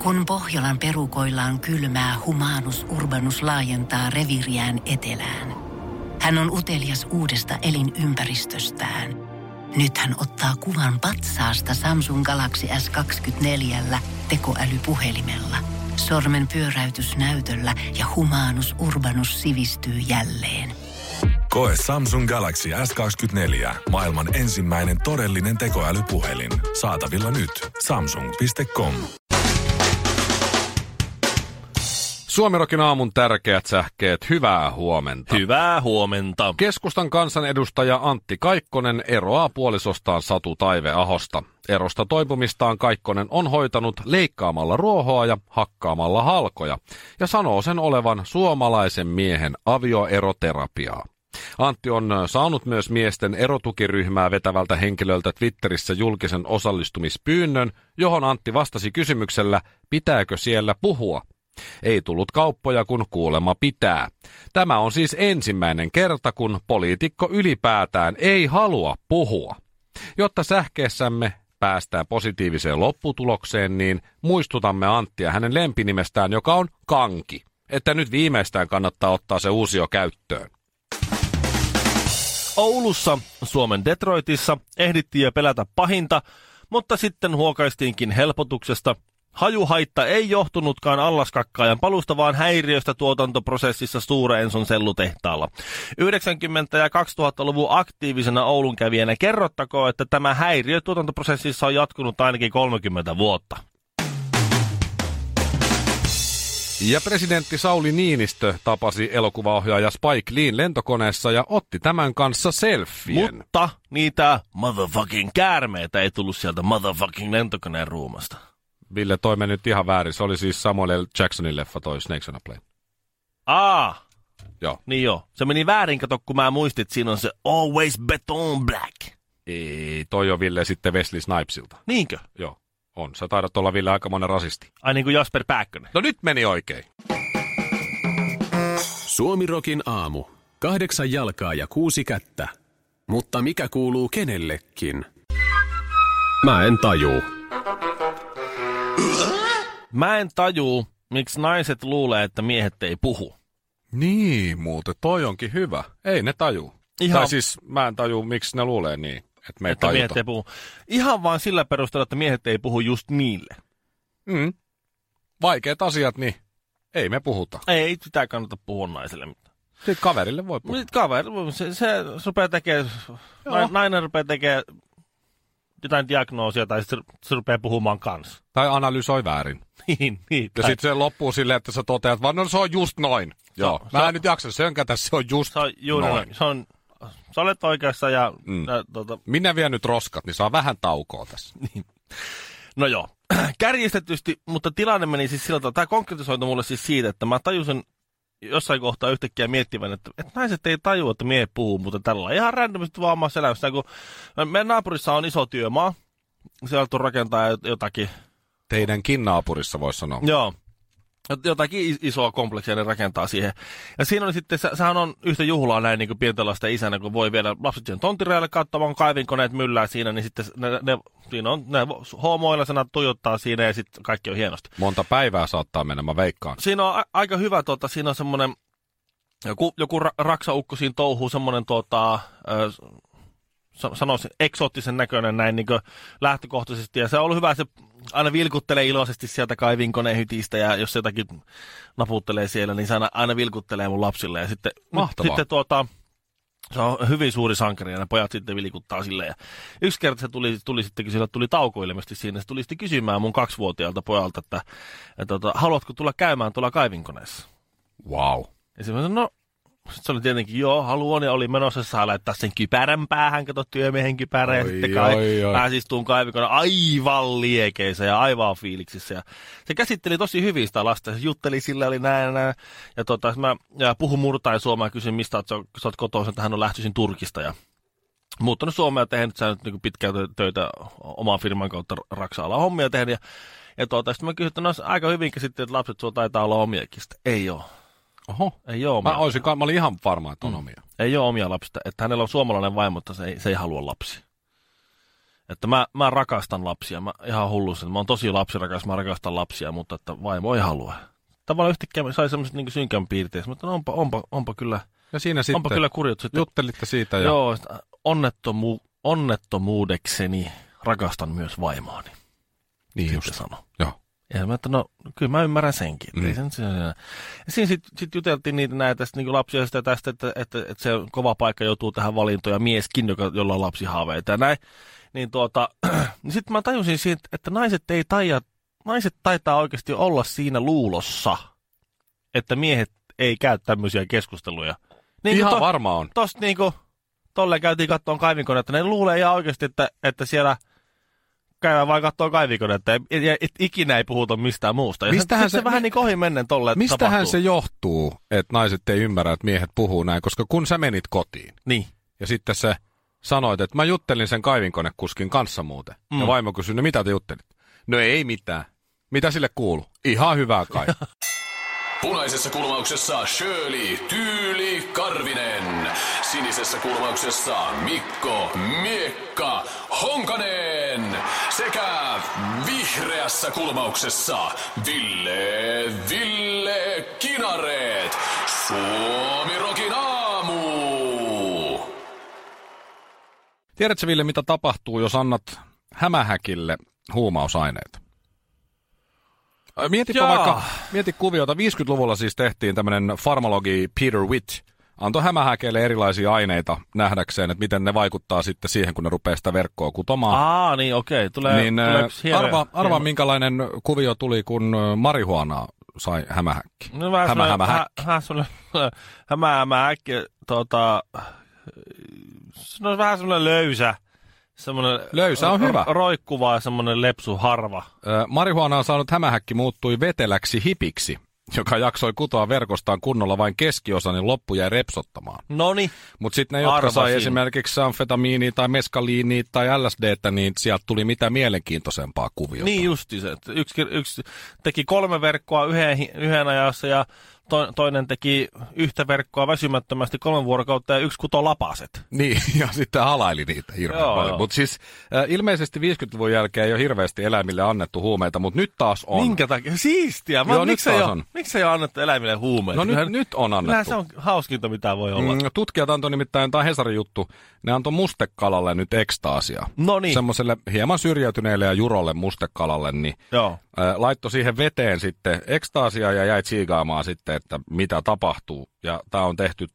Kun Pohjolan perukoillaan kylmää, Humanus Urbanus laajentaa reviiriään etelään. Hän on utelias uudesta elinympäristöstään. Nyt hän ottaa kuvan patsaasta Samsung Galaxy S24 tekoälypuhelimella. Sormen pyöräytys näytöllä ja Humanus Urbanus sivistyy jälleen. Koe Samsung Galaxy S24. Maailman ensimmäinen todellinen tekoälypuhelin. Saatavilla nyt. Samsung.com. Suomirokin aamun tärkeät sähkeet, hyvää huomenta. Hyvää huomenta. Keskustan kansanedustaja Antti Kaikkonen eroaa puolisostaan Satu Taiveahosta. Erosta toipumistaan Kaikkonen on hoitanut leikkaamalla ruohoa ja hakkaamalla halkoja, ja sanoo sen olevan suomalaisen miehen avioeroterapiaa. Antti on saanut myös miesten erotukiryhmää vetävältä henkilöltä Twitterissä julkisen osallistumispyynnön, johon Antti vastasi kysymyksellä, pitääkö siellä puhua. Ei tullut kauppoja, kun kuulemma pitää. Tämä on siis ensimmäinen kerta, kun poliitikko ylipäätään ei halua puhua. Jotta sähkeessämme päästään positiiviseen lopputulokseen, niin muistutamme Anttia hänen lempinimestään, joka on Kanki. Että nyt viimeistään kannattaa ottaa se uusio käyttöön. Oulussa, Suomen Detroitissa, ehdittiin jo pelätä pahinta, mutta sitten huokaistiinkin helpotuksesta. Hajuhaitta ei johtunutkaan allaskakkaajan palusta, vaan häiriöstä tuotantoprosessissa Stora Enson sellutehtaalla. 90- ja 2000-luvun aktiivisena Oulun kävijänä kerrottakoon, että tämä häiriö tuotantoprosessissa on jatkunut ainakin 30 vuotta. Ja presidentti Sauli Niinistö tapasi elokuvaohjaaja Spike Leen lentokoneessa ja otti tämän kanssa selfien. Mutta niitä motherfucking käärmeitä ei tullut sieltä motherfucking lentokoneen ruumasta. Ville, toi meni nyt ihan väärin. Se oli siis Samuel L. Jacksonin leffa, toi Snakes on a Plane. Joo. Niin joo. Se meni väärin, kato, kun mä muistin, että siinä on se Always Beton Black. Ei, toi on Ville sitten Wesley Snipesilta. Niinkö? Joo, on. Sä taidat olla Ville aikamoinen rasisti. Ai niin kuin Jasper Pääkkönen. No nyt meni oikein. Suomirokin aamu. 8 jalkaa ja 6 kättä. Mutta mikä kuuluu kenellekin? Mä en tajuu. Mä en tajuu, miksi naiset luulee, että miehet ei puhu. Niin, muuten toi onkin hyvä. Ei ne tajuu. Tai siis mä en tajuu, miksi ne luulee niin, että me ei tajuta. Miehet ei puhu. Ihan vaan sillä perusteella, että miehet ei puhu just niille. Vaikeat asiat, niin ei me puhuta. Ei sitä kannata puhua naiselle mitään. Sitten kaverille voi puhua. Se rupeaa tekemään, nainen rupeaa tekemään jotain diagnoosia tai se rupeaa puhumaan kanssa. Tai analysoi väärin. niin. Ja sitten se loppuu silleen, että sä toteat, vaan no se on just noin. Joo, mä en nyt jaksa sönkätä, se on just noin. Sä olet oikeassa ja... Minä vien nyt roskat, niin saa vähän taukoa tässä. No joo, kärjistetysti, mutta tilanne meni siis sillä tavalla, tämä konkretisoitu mulle siis siitä, että mä tajusin jossain kohtaa yhtäkkiä miettivän, että naiset ei tajua, että miehet puhuu, mutta tällä ihan randomisti vaan omassa elämässä, kun meidän naapurissa on iso työmaa, siellä on rakentaa jotakin. Teidänkin naapurissa voisi sanoa. Joo. Jotakin isoa kompleksia ne rakentaa siihen. Ja siinä oli sitten, sehän on yhtä juhlaa näin niin kuin pienten lasten isänä, kun voi viedä lapset siihen tonttirajalle katsomaan, kaivinkoneet myllää siinä, niin sitten ne hoomoilaisena tuijottaa siinä ja sitten kaikki on hienosti. Monta päivää saattaa mennä, mä veikkaan. Siinä on aika hyvä, siinä on semmoinen, joku raksaukko siinä touhuu, semmoinen sanoisin eksoottisen näköinen näin niin kuin lähtökohtaisesti. Ja se on ollut hyvä, se aina vilkuttelee iloisesti sieltä kaivinkoneen hytistä ja jos se jotakin naputtelee siellä, niin se aina vilkuttelee mun lapsille. Ja sitten, se on hyvin suuri sankari ja ne pojat sitten vilkuttaa silleen. Ja yksi kerta se tuli sitten, kun sillä tuli tauko ilmeisesti siinä, se tuli sitten kysymään mun 2-vuotiaalta pojalta, että haluatko tulla käymään tuolla kaivinkoneessa? Wow. Ja sitten no, se oli tietenkin, haluan, ja oli menossa, saa laittaa sen kypärän päähän, kato työmiehen kypärä, ja sitten pääsi istuun kaivikona aivan liekeissä ja aivan fiiliksissä. Ja se käsitteli tosi hyvin sitä lasta, se jutteli sillä, oli näin. Ja puhui murtain suomea ja kysyin, mistä sä oot kotoisin, että hän on lähtöisin Turkista, ja muuttanut Suomea ja tehnyt sä nyt niin pitkään töitä oman firman kautta raksa-alan hommia tehnyt, ja sitten mä kysyin, että no aika hyvin käsitteli, että lapset sua taitaa olla omiakin, ei oo. Oho. Ei ole omia. Mä olin ihan varma, että on omia. Ei ole omia lapsista. Että hänellä on suomalainen vaimo, mutta se ei halua lapsia. Että mä rakastan lapsia. Mä ihan hullusti. Mä oon tosi lapsirakas, mä rakastan lapsia, mutta että vaimo ei halua. Tavallaan yhtäkkiä sai semmoiset niin synkän piirteistä, mutta onpa kyllä. Ja siinä sitten kyllä kurjut sitten. Juttelitte siitä. Ja... Joo, onnettomuudekseni rakastan myös vaimoani. Niin just. Sano. Joo. Ja mä, että no, kyllä mä ymmärrän senkin. Ja siinä sitten juteltiin niitä näitä niin lapsia sitä tästä, että se kova paikka joutuu tähän valintoon ja mieskin, jolla on lapsihaaveita ja näin. Niin niin sitten mä tajusin siitä, että naiset taitaa oikeasti olla siinä luulossa, että miehet ei käy tämmöisiä keskusteluja. Niin ihan varma on. Tosta niinku, tolleen käytiin kattoon kaivinkonetta, ne luulee ihan oikeasti, että siellä käydään vaan kattoon kaivinkonetta ja ikinä ei puhuta mistään muusta. Ja se vähän niin ohi mennen tolleen mistähän tapahtuu. Se johtuu, että naiset ei ymmärrä, että miehet puhuu näin, koska kun sä menit kotiin niin. Ja sitten sä sanoit, että mä juttelin sen kaivinkonekuskin kanssa muuten. Ja vaimo kysyi, no mitä te juttelit? No ei mitään. Mitä sille kuuluu? Ihan hyvää kai. Punaisessa kulmauksessa Shirley Tyyli Karvinen. Sinisessä kulmauksessa Mikko Miekka Honkanen. Sekä vihreässä kulmauksessa Ville Kinareet. Suomi Rokin aamu. Tiedätkö, Ville, mitä tapahtuu, jos annat hämähäkille huumausaineita? Mieti kuviota. 50-luvulla siis tehtiin tämmöinen farmalogi Peter Witt. Antoi hämähäkeille erilaisia aineita nähdäkseen, että miten ne vaikuttaa sitten siihen, kun ne rupeaa sitä verkkoa kutomaan. Niin okei. Tulee arvaa, minkälainen kuvio tuli, kun marihuanaa sai hämähäkki. No vähän hämähäkki, se on vähän semmoinen löysä. Löysä on hyvä. Roikkuva ja semmoinen lepsu harva. Marihuanaan saanut hämähäkki muuttui veteläksi hipiksi, joka jaksoi kutoa verkostaan kunnolla vain keskiosa, niin loppu jäi repsottamaan. Noniin. Mutta sitten ne, jotka sai esimerkiksi amfetamiinia tai meskaliinia tai LSDtä, niin sieltä tuli mitä mielenkiintoisempaa kuviota. Niin justi se. Yksi teki 3 verkkoa yhden ajassa ja toinen teki yhtä verkkoa väsymättömästi 3 vuorokautta ja yksi kutoi lapaset. Niin, ja sitten halaili niitä hirveän paljon. Mutta siis ilmeisesti 50-luvun jälkeen ei ole hirveästi eläimille annettu huumeita, mutta nyt taas on. Minkä takia? Siistiä! Miksi ei ole annettu eläimille huumeita? No nyt on annettu. Kyllähän se on hauskinta, mitä voi olla. Tutkijat antoi nimittäin, tämä Hesarin juttu, ne antoi mustekalalle nyt ekstaasia. No niin. Semmoiselle hieman syrjäytyneelle ja jurolle mustekalalle, niin laittoi siihen veteen sitten ekstaasia ja jäi tsiigaamaan sitten, että mitä tapahtuu. Ja tämä on tehty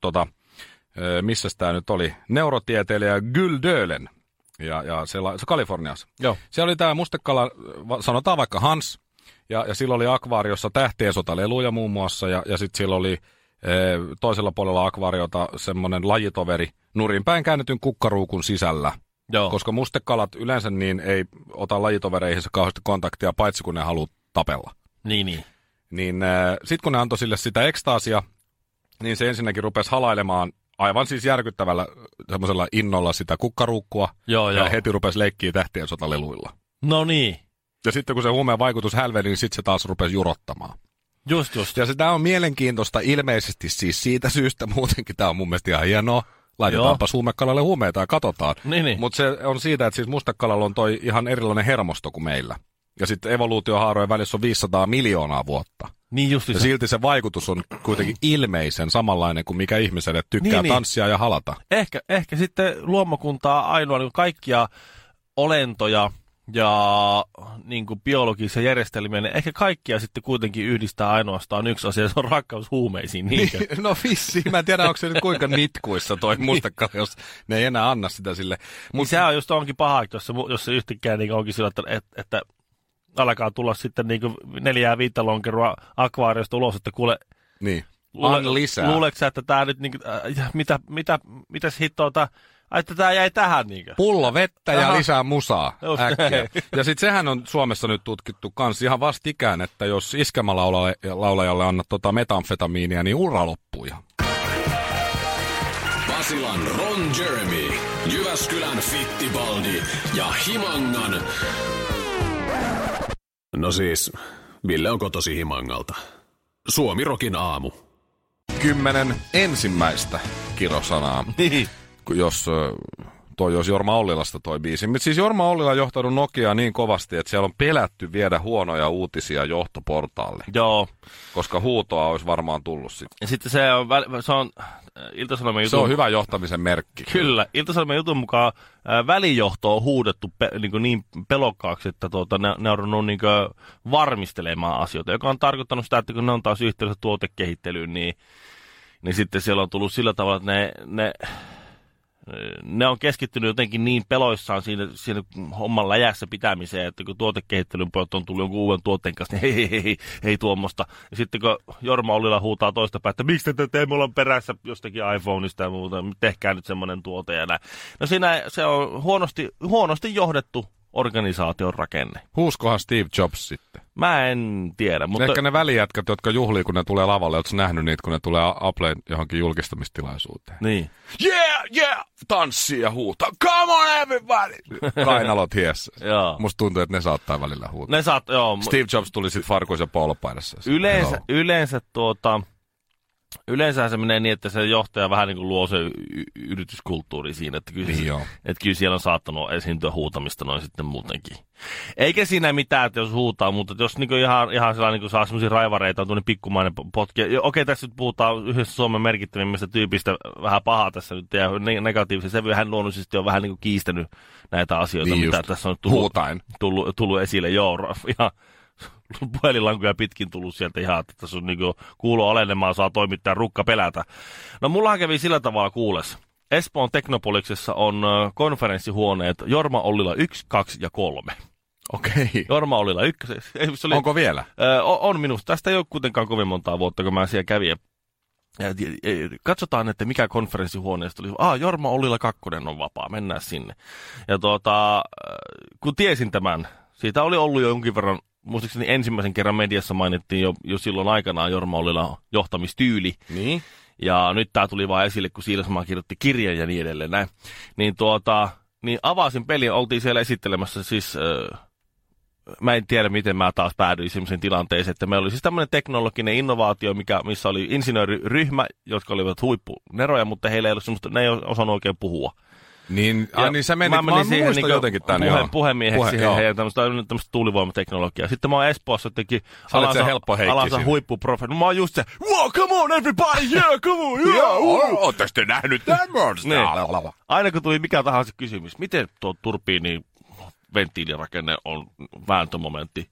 missä tämä nyt oli, neurotieteilijä Gyldölen, ja se Kaliforniassa. Joo. Siellä oli tämä mustekala, sanotaan vaikka Hans, ja sillä oli akvaariossa tähtien sotaleluja muun muassa, ja sitten sillä oli toisella puolella akvaariota semmoinen lajitoveri nurinpäin käännetyn kukkaruukun sisällä. Joo. Koska mustekalat yleensä niin ei ota lajitovereihinsa kauheasti kontaktia, paitsi kun ne haluaa tapella. Niin. Niin sitten kun ne antoi sille sitä ekstaasia, niin se ensinnäkin rupesi halailemaan aivan siis järkyttävällä semmoisella innolla sitä kukkaruukkua. Ja heti rupesi leikkiä tähtien sotaleluilla. No niin. Ja sitten kun se huumeen vaikutus hälveni, niin sitten se taas rupesi jurottamaan. Just. Ja se tämä on mielenkiintoista ilmeisesti siis siitä syystä, muutenkin tämä on mun mielestä ihan hienoa. Laitetaanpa huumekalalle huumeita ja katsotaan. Niin. Mutta se on siitä, että siis mustekalalla on toi ihan erilainen hermosto kuin meillä. Ja sitten evoluutiohaarojen välissä on 500 miljoonaa vuotta. Niin justi. Ja silti se vaikutus on kuitenkin ilmeisen samanlainen kuin mikä ihmiselle tykkää tanssia ja halata. Ehkä sitten luomakuntaa ainoa niin kaikkia olentoja ja niin kuin biologisia järjestelmiä, niin ehkä kaikkia sitten kuitenkin yhdistää ainoastaan yksi asia, se on rakkaus huumeisiin. Niinkö? No vissiin, mä en tiedä, onko se nyt kuinka nitkuissa toi mustekala, jos ne ei enää anna sitä sille. Mutta sehän on just onkin paha, jos se yhtäkkiä niin onkin sillä, että alkaa tulla sitten niin 4-5 lonkeroa akvaariosta ulos, että kuule... Niin, lisää. Luuleeko sä, että tää nyt niin, mitäs hittoa, että tää jäi tähän niinkö? Pullo vettä ja lisää musaa äkkiä. Ja sit sehän on Suomessa nyt tutkittu kans ihan vastikään, että jos iskelmälaulajalle annat metamfetamiinia, niin ura loppuu ihan. Basilan Ron Jeremy, Jyväskylän Fittibaldi ja Himangan... No siis, Ville on kotosi Himangalta. Suomi Rokin aamu. 10 ensimmäistä kirosanaa. Niin. Jos toi olisi Jorma Ollilasta toi biisi. Mutta siis Jorma Ollila on johtanut Nokiaa niin kovasti, että siellä on pelätty viedä huonoja uutisia johtoportaalle. Joo. Koska huutoa olisi varmaan tullut sitten. Ja sitten se on Ilta-Sanomien jutun... Se on hyvä johtamisen merkki. Kyllä. Ilta-Sanomien jutun mukaan välijohto on huudettu niin pelokkaaksi, että ne on ruvennut niin varmistelemaan asioita, joka on tarkoittanut sitä, että kun ne on taas yhteydessä tuotekehittelyyn, niin sitten siellä on tullut sillä tavalla, että ne on keskittynyt jotenkin niin peloissaan siinä homman läjässä pitämiseen, että kun tuotekehittelyn pojat on tullut jonkun uuden tuotteen kanssa, niin ei tuommoista. Ja sitten kun Jorma Ollila huutaa toista päätä, että miksi te teemme olla perässä jostakin iPhoneista ja muuta, tehkää nyt semmoinen tuote ja näin. No siinä se on huonosti johdettu organisaation rakenne. Huuskohan Steve Jobs sitten? Mä en tiedä. Mutta... Ehkä ne välijätkät, jotka juhlii, kun ne tulee lavalle. Oletko nähnyt niitä, kun ne tulee Applen johonkin julkistamistilaisuuteen? Niin. Yeah! Tanssii ja huutaa. Come on everybody! Kainalot hiessä. Musta tuntuu, että ne saattaa välillä huutaa. Joo. Steve Jobs tuli sitten farkuissa polopaidassa. Yleensä se menee niin, että se johtaja vähän niin kuin luo se yrityskulttuuri siinä, että kyllä siellä on saattanut esiintyä huutamista noin sitten muutenkin. Eikä siinä mitään, että jos huutaa, mutta jos niin ihan sellainen niin saa semmoisia raivareita, on tuonne pikkumainen potki. Okei, tässä nyt puhutaan yhdessä Suomen merkittävimmästä tyypistä vähän pahaa tässä nyt ja negatiivisesti. Se hän luonnollisesti on vähän niin kuin kiistänyt näitä asioita, niin mitä tässä on tullut esille. Joo, ihan... puhelinlankuja pitkin tullut sieltä ihan, että tässä on niin kuulo alenemaan, saa toimittaa rukka pelätä. No mullahan kävi sillä tavalla kuules. Espoon Teknopoliksessa on konferenssihuoneet Jorma Ollila 1, 2 ja 3. Okei. Jorma Ollila 1. Onko vielä? On minusta. Tästä ei ole kuitenkaan kovin montaa vuotta, kun mä siellä kävin. Katsotaan, että mikä konferenssihuoneesta oli. Jorma Ollila 2 on vapaa, mennään sinne. Ja kun tiesin tämän, siitä oli ollut jo jonkin verran. Muistaakseni ensimmäisen kerran mediassa mainittiin jo silloin aikanaan Jorma Ollilan johtamistyyli. Niin. Ja nyt tämä tuli vaan esille, kun Siilasmaa kirjoitti kirjan ja niin edelleen. Näin. Niin avasin pelin, oltiin siellä esittelemässä siis... Mä en tiedä, miten mä taas päädyin sellaiseen tilanteeseen, että meillä oli siis tämmöinen teknologinen innovaatio, missä oli insinööriryhmä, jotka olivat huippuneroja, mutta heillä ei ollut semmoista, ne ei osannut oikein puhua. Niin sä menit, mä siihen niin jotenkin tämän. Puhemieheksi siihen heidän tämmöistä tuulivoimateknologiaa. Sitten mä oon Espoossa jotenkin alansa huippuprofessori. No mä oon just se, wow, come on everybody, yeah, come on, yeah. Ootteko te nähnyt tämmöistä? Niin. Aina kun tuli mikä tahansa kysymys, miten tuo turbiini venttiilirakenne on vääntömomentti?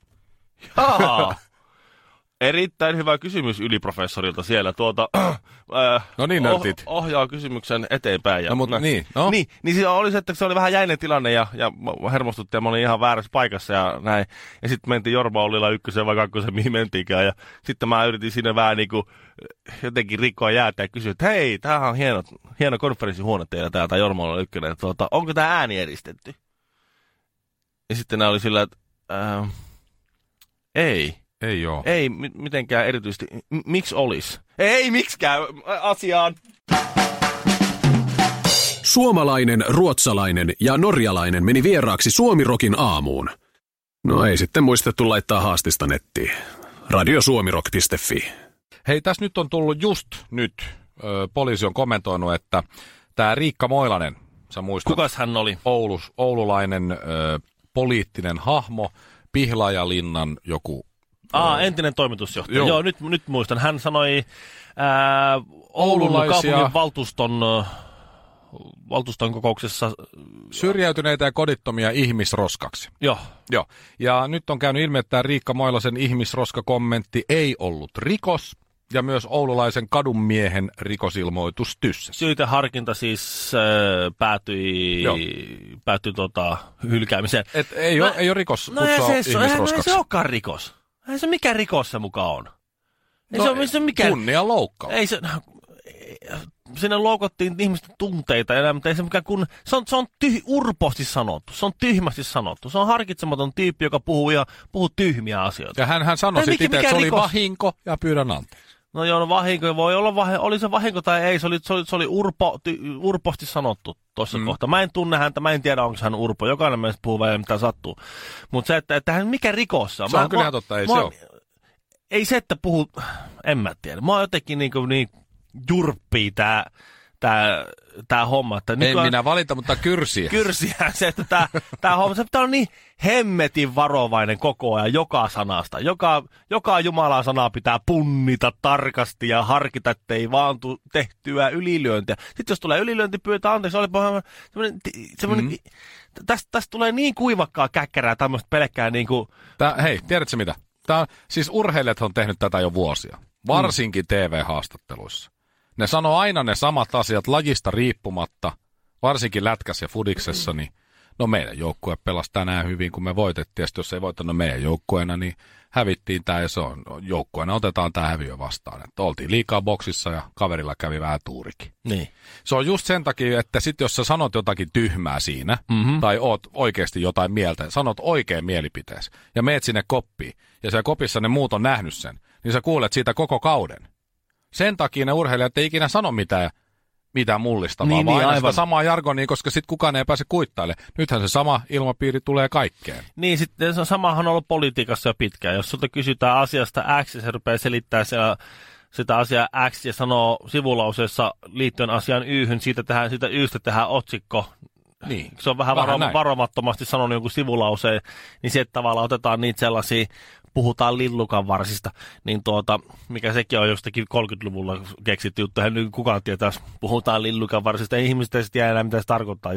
Erittäin hyvä kysymys yliprofessorilta siellä. No niin, näytit. Ohjaa kysymyksen eteenpäin. Ja, no, mutta niin. No. Niin se oli se, että se oli vähän jäinen tilanne ja hermostutti ja mä olin ihan väärässä paikassa ja näin. Ja sitten mentiin Jorma Ollila 1 vai 2, mihin mentiinkään. Ja sitten mä yritin siinä vähän niin kuin jotenkin rikkoa jäätä ja kysyä, että hei, tämähän on hieno konferenssihuone teillä täältä Jorma Ollila 1. Onko tämä ääni eristetty? Ja sitten nämä oli sillä, että ei. Ei oo. Ei mitenkään erityisesti. Miksi olis? Ei miksikään asiaan. Suomalainen, ruotsalainen ja norjalainen meni vieraaksi Suomirokin aamuun. No ei sitten muistettu laittaa haastista nettiin. Radiosuomirock.fi. Hei, tässä nyt on tullut just nyt. Poliisi on kommentoinut, että tämä Riikka Moilanen, sä muistat. Kukas hän oli? Oululainen poliittinen hahmo, Pihlajalinnan joku... entinen toimitusjohtaja. Joo, nyt muistan. Hän sanoi Oulun kaupungin valtuuston kokouksessa... Syrjäytyneitä ja kodittomia ihmisroskaksi. Joo. Ja nyt on käynyt ilmi, että Riikka Moilasen ihmisroskakommentti ei ollut rikos. Ja myös oululaisen kadunmiehen rikosilmoitus tyssäsi. Syyteharkinta siis päätyi hylkäämiseen. Ei ole rikos kutsua ihmisroskaksi. Ei se olekaan rikos. Ei se mikä rikos se mukaan on. Ei se mikään... Kunnian loukkaus. Siinä loukottiin ihmisten tunteita, mutta ei se mikään se on urposti sanottu. Se on tyhmästi sanottu. Se on harkitsematon tyyppi, joka puhuu tyhmiä asioita. Ja hän sanoi sitten itse, että se oli vahinko ja pyydän anteeksi. No joo, vahinko voi olla oli se vahinko tai ei, se oli urposti sanottu tuossa kohtaa. Mä en tunne häntä, mä en tiedä onko hän urpo, jokainen meistä puhuu vai mitä sattuu. Mutta se, että hän mikä rikos on. Se on kyllä ihan totta, ei se ole. Ei se, että puhuu, en mä tiedä. Mä oon jotenkin niin jurppii tää homma. Että en minä valita, mutta kyrsiä. Kyrsiä se, että tää homma, se pitää olla niin hemmetin varovainen koko ajan joka sanasta. Joka Jumalan sanaa pitää punnita tarkasti ja harkita, ettei vaan tehtyä ylilyöntiä. Sitten jos tulee ylilyönti, pyytää anteeksi, olipa semmoinen tästä tulee niin kuivakkaa käkkärää tämmöistä pelkkää niinku... Hei, tiedätkö mitä? Siis urheilijat on tehnyt tätä jo vuosia, varsinkin TV-haastatteluissa. Ne sanoo aina ne samat asiat lajista riippumatta, varsinkin lätkässä ja fudiksessa, niin no meidän joukkue pelasi tänään hyvin, kun me voitettiin, ja jos ei voittanut meidän joukkueena, niin hävittiin tämä, ja se on joukkueena, otetaan tämä häviö vastaan. Että oltiin liikaa boksissa, ja kaverilla kävi vähän tuurikin. Niin. Se on just sen takia, että sit jos sä sanot jotakin tyhmää siinä, tai oot oikeasti jotain mieltä, sanot oikein mielipiteesi, ja meet sinne koppiin, ja siellä kopissa ne muut on nähnyt sen, niin sä kuulet siitä koko kauden. Sen takia ne urheilijat ei ikinä sano mitään mullistavaa, vaan aina sitä samaa jargonia, koska sitten kukaan ei pääse kuittailemaan. Nythän se sama ilmapiiri tulee kaikkeen. Niin, sitten se samahan on ollut politiikassa jo pitkään. Jos sulta kysytään asiasta X ja se rupeaa selittämään sitä asiaa X ja sanoo sivulauseessa liittyen asiaan Y:hyn, siitä Y:stä tehdään otsikko. Niin. Se on vähän varomattomasti sanonut jonkun sivulauseen, niin se tavallaan otetaan niitä sellaisia, puhutaan lillukan varsista, niin mikä sekin on jostakin 30-luvulla keksitty juttu, eihän nyt kukaan tietää, puhutaan lillukan varsista, ei ihmiset ei tiedä enää, mitä se tarkoittaa.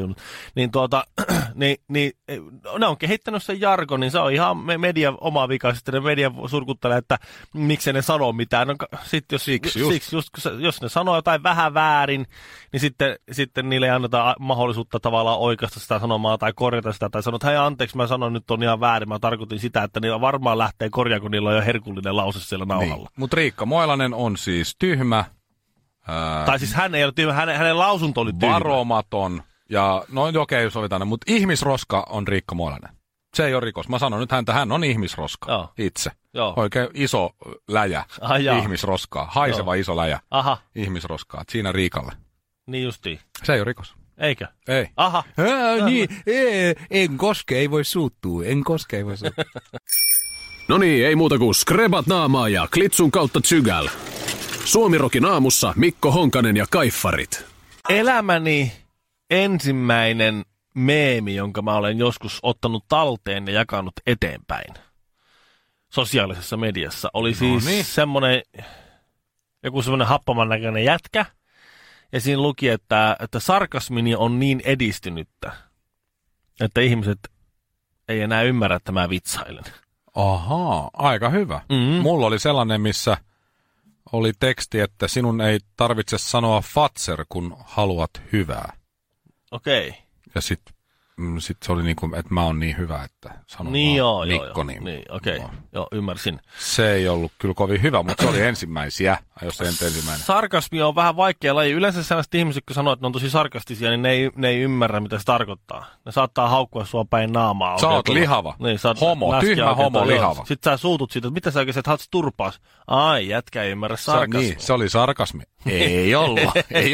Niin, ne on kehittänyt sen jargon, niin se on ihan media oma vika, sitten ne media surkuttelee, että miksei ne sanoo mitään. No, jos ne sanoo jotain vähän väärin, niin sitten niille ei anneta mahdollisuutta tavallaan oikaista sitä sanomaa tai korjata sitä, tai sanoa, että hei anteeksi, mä sanoin nyt on ihan väärin, mä tarkoitin sitä, että niillä varmaan lähtee korjaa, kun niillä on jo herkullinen lause siellä nauhalla. Niin. Mutta Riikka Moilanen on siis tyhmä. Tai siis hän ei ole tyhmä, hänen lausunto oli tyhmä. Varomaton. Ja okei, sovitaan, mutta ihmisroska on Riikka Moilanen. Se ei ole rikos. Mä sanon nyt hän on ihmisroska itse. Joo. Oikein iso läjä ihmisroskaa. Haiseva iso läjä ihmisroskaa. Siinä Riikalle. Niin justiin. Se ei ole rikos. Eikö? Ei. Aha. Niin, en koske, ei voi suuttua. No niin, ei muuta kuin skrebat naamaa ja klitsun kautta tsygäl. Suomirokin aamussa Mikko Honkanen ja Kaiffarit. Elämäni ensimmäinen meemi, jonka mä olen joskus ottanut talteen ja jakanut eteenpäin sosiaalisessa mediassa, oli siis joku semmoinen happaman näköinen jätkä. Ja siinä luki, että sarkasmini on niin edistynyttä, että ihmiset ei enää ymmärrä, että mä vitsailen. Ahaa, aika hyvä. Mulla oli sellainen, missä oli teksti, että sinun ei tarvitse sanoa fatser, kun haluat hyvää. Okei. Ja sitten se oli niin kuin, että mä oon niin hyvä, että sanon Mikko. Niin, okei. Joo, ymmärsin. Se ei ollut kyllä kovin hyvä, mutta se oli ensimmäisiä, jos ei ensimmäinen. Sarkasmi on vähän vaikea laji. Yleensä sellaiset ihmiset, kun sanoo, että ne on tosi sarkastisia, niin ne ei ymmärrä, mitä se tarkoittaa. Ne saattaa haukkua sua päin naamaa. Sä oot lihava. Niin, tyhmä homo, lihava. Sitten sä suutut siitä, että mitä sä oikein, että haluat turpaas. Ai, jätkä ei ymmärrä sarkasmia. Se oli sarkasmi. Ei ollut.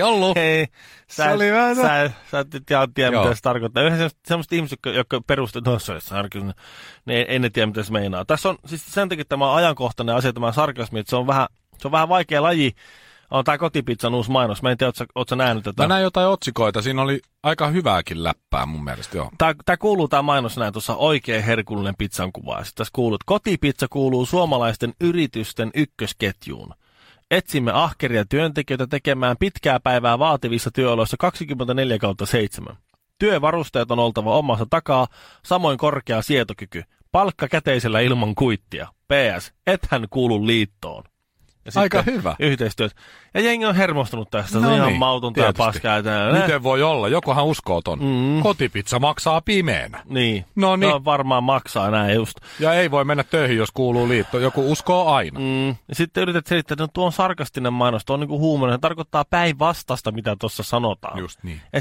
Sä et ihan tiedä, mitä se tarkoittaa. Yhdessä sellaiset ihmiset, jotka perustavat, että se on sarkasmi, niin ei ne tiedä, mitä se meinaa. Tässä on siis sen takia tämä ajankohtainen asia, tämä sarkasmi, että se on vähän vaikea laji. On tämä kotipizzan uusi mainos. Mä en tiedä, ootko sä nähnyt tätä? Mä näin jotain otsikoita. Siinä oli aika hyvääkin läppää mun mielestä, joo. Tämä kuuluu, tämä mainos näin tuossa oikein herkullinen pizzan kuva. Sitten tässä kuuluu, että kotipizza kuuluu suomalaisten yritysten ykkösketjuun. Etsimme ahkeria työntekijöitä tekemään pitkää päivää vaativissa työoloissa 24/7. Työvarusteet on oltava omassa takaa, samoin korkea sietokyky. Palkka käteisellä ilman kuittia. PS, ethän kuulu liittoon. Ja aika hyvä. Yhteistyöt. Ja jengi on hermostunut tästä. Se on ihan mautonta ja paskaa. Miten voi olla? Jokohan uskoo ton. Kotipizza maksaa pimeänä. Niin. No varmaan maksaa näin just. Ja ei voi mennä töihin, jos kuuluu liitto. Joku uskoo aina. Ja sitten yrität selittää, että tuo on sarkastinen mainos. Tuo on niinku huumoinen. Se tarkoittaa päinvastasta, mitä tuossa sanotaan. Just niin. Ja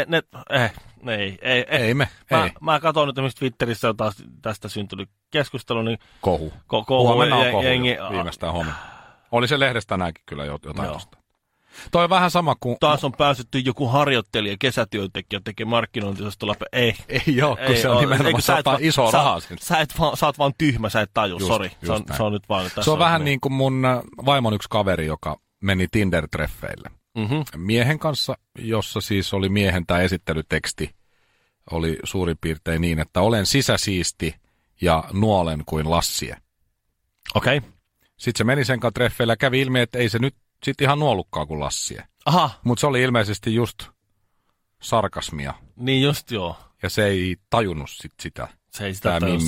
ei. Mä katson nyt esimerkiksi Twitterissä on taas tästä syntynyt keskustelu. Niin kohu. Huomenna on kohu viimeistään huomenna. Oli se lehdestä tänäänkin kyllä jotain tosta. Toi on vähän sama kuin... Taas on päässytty joku harjoittelija, kesätyöntekijä tekee markkinointiosastolla. Ei ole, kun se on nimenomaan saattaa isoa rahaa. Sä oot vaan tyhmä, sä et taju, sori. Se on nyt vaan... Se on vähän niin kuin mun vaimon yksi kaveri, joka meni Tinder-treffeille. miehen kanssa, jossa siis oli miehen tämä esittelyteksti. Oli suurin piirtein niin, että olen sisäsiisti ja nuolen kuin Lassie. Okei. Sitten se meni sen kanssa treffeillä ja kävi ilmi, että ei se nyt sitten ihan nuolukkaa kuin Lassie. Aha. Mutta se oli ilmeisesti just sarkasmia. Niin just joo. Ja se ei tajunnut sitä. Se ei sitä tajunnut.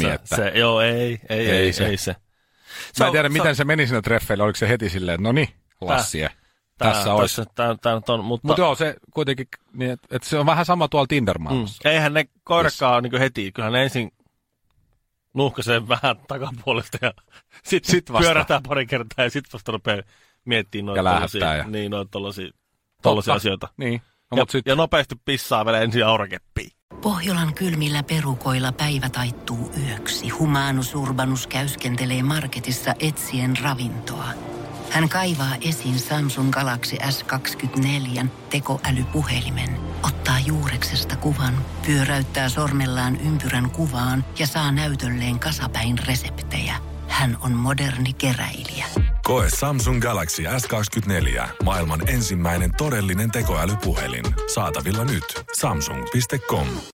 Ei se. Mä en tiedä, miten se meni siinä treffeillä. Oliko se heti silleen, että no niin, Lassie. Tässä olisi. Mutta joo, se kuitenkin, niin, että se on vähän sama tuolla Tinder-maailmassa. Eihän ne koirakaan niin niin kyllähän ne ensin nuuhkaisee vähän takapuolesta ja sitten pyörätään pari kertaa ja sitten vasta rupeaa miettimään noita tollaisia asioita. Niin. No, ja nopeasti pissaa vielä ensin aurakeppiin. Pohjolan kylmillä perukoilla päivä taittuu yöksi. Humanus Urbanus käyskentelee marketissa etsien ravintoa. Hän kaivaa esiin Samsung Galaxy S24 tekoälypuhelimen, ottaa juureksesta kuvan, pyöräyttää sormellaan ympyrän kuvaan ja saa näytölleen kasapäin reseptejä. Hän on moderni keräilijä. Koe Samsung Galaxy S24. Maailman ensimmäinen todellinen tekoälypuhelin. Saatavilla nyt. Samsung.com.